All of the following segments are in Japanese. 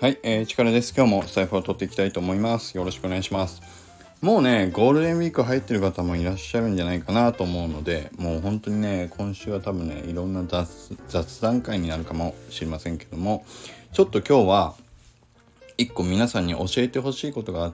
はい、力です。今日もスタイフを取っていきたいと思います。よろしくお願いします。もうね、ゴールデンウィーク入ってる方もいらっしゃるんじゃないかなと思うので、もう本当にね、今週は多分ね、いろんな雑談会になるかもしれませんけども、ちょっと今日は一個皆さんに教えてほしいことがあって、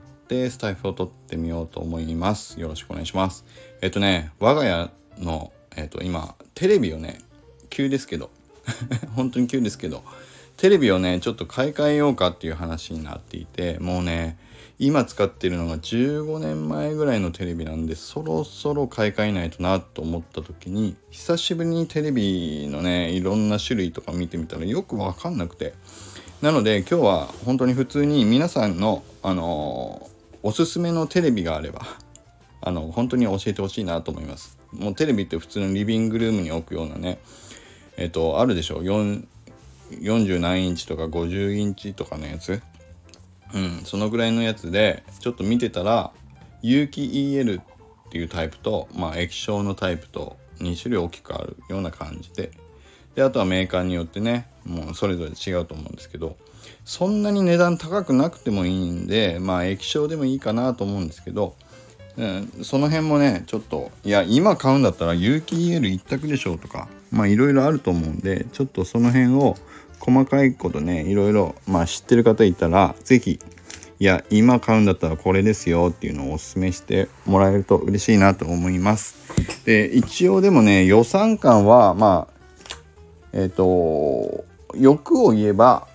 スタイフを取ってみようと思います。よろしくお願いします。我が家の、今、テレビをね、急ですけど、本当に急ですけど、テレビをねちょっと買い替えようかっていう話になっていて、もうね今使っているのが15年前ぐらいのテレビなんで、そろそろ買い替えないとなと思った時に、久しぶりにテレビのねいろんな種類とか見てみたらよく分かんなくて、なので今日は本当に普通に皆さんのおすすめのテレビがあれば本当に教えてほしいなと思います。もうテレビって普通のリビングルームに置くようなねあるでしょ、40何インチとか50インチとかのやつ、そのぐらいのやつでちょっと見てたら、有機 EL っていうタイプと、液晶のタイプと2種類大きくあるような感じで、あとはメーカーによってねもうそれぞれ違うと思うんですけど、そんなに値段高くなくてもいいんで、液晶でもいいかなと思うんですけど、その辺もねちょっと、いや今買うんだったら有機 EL 一択でしょうとか、いろいろあると思うんで、ちょっとその辺を細かいことねいろいろ知ってる方いたら、ぜひいや今買うんだったらこれですよっていうのをお勧めしてもらえると嬉しいなと思います。で一応でもね予算感は欲を言えば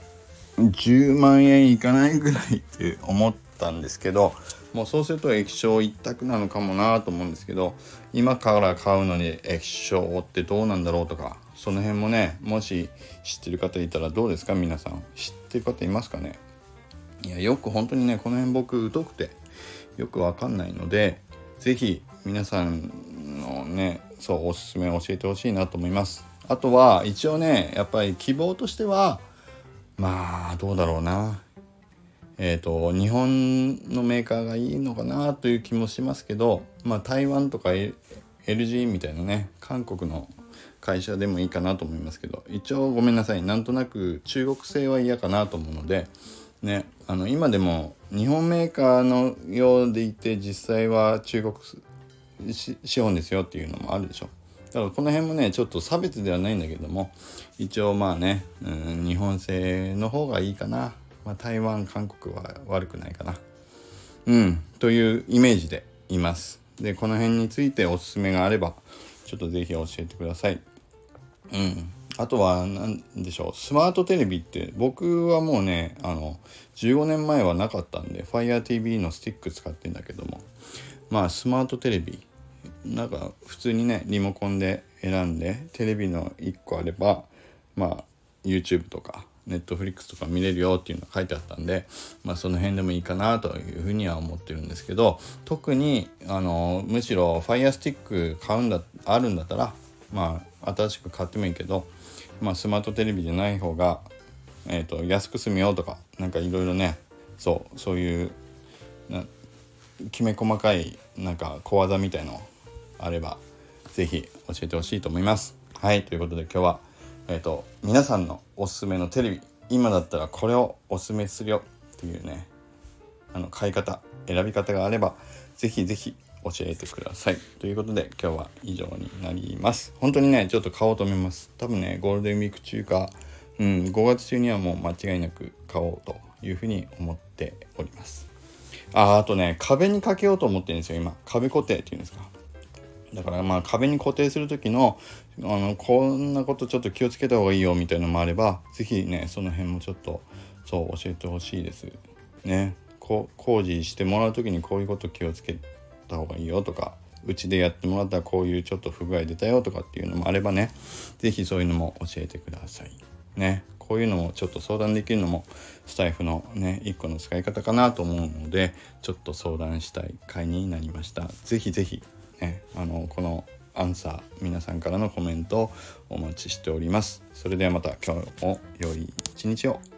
10万円いかないぐらいって思ったんですけど、もうそうすると液晶一択なのかもなと思うんですけど、今から買うのに液晶ってどうなんだろうとか、その辺もねもし知ってる方いたらどうですか。皆さん知ってる方いますかね。いやよく本当にねこの辺僕疎くてよくわかんないので、ぜひ皆さんのねおすすめを教えてほしいなと思います。あとは一応ねやっぱり希望としてはどうだろうな、日本のメーカーがいいのかなという気もしますけど、台湾とか、LG みたいなね韓国の会社でもいいかなと思いますけど、一応ごめんなさい、なんとなく中国製は嫌かなと思うのでね、今でも日本メーカーのようでいて実際は中国資本ですよっていうのもあるでしょ。だからこの辺もねちょっと差別ではないんだけども、一応日本製の方がいいかな、台湾韓国は悪くないかなというイメージでいます。でこの辺についておすすめがあればちょっとぜひ教えてください。あとは何でしょう、スマートテレビって僕はもうね15年前はなかったんで FireTV のスティック使ってんだけども、スマートテレビなんか普通にねリモコンで選んでテレビの1個あればYouTube とか Netflix とか見れるよっていうのが書いてあったんで、その辺でもいいかなというふうには思ってるんですけど、特にむしろ Fire Stick あるんだったら新しく買ってもいいけど、スマートテレビじゃない方が安く済むよとか、なんかいろいろねそういうきめ細かいなんか小技みたいのあればぜひ教えてほしいと思います。はい、ということで今日は皆さんのおすすめのテレビ、今だったらこれをおすすめするよっていうね買い方選び方があればぜひぜひ教えてください。ということで今日は以上になります。本当にねちょっと買おうと思います。多分ねゴールデンウィーク中か5月中にはもう間違いなく買おうというふうに思っております。あとね壁にかけようと思ってるんですよ今。壁固定っていうんですか。だから壁に固定する時のこんなことちょっと気をつけた方がいいよみたいなのもあれば、ぜひねその辺もちょっと教えてほしいですね。工事してもらう時にこういうこと気をつけた方がいいよとか、うちでやってもらったらこういうちょっと不具合出たよとかっていうのもあればね、ぜひそういうのも教えてくださいね。こういうのもちょっと相談できるのもスタイフのね一個の使い方かなと思うので、ちょっと相談したい回になりました。ぜひぜひねこのアンサー皆さんからのコメントをお待ちしております。それではまた今日も良い一日を。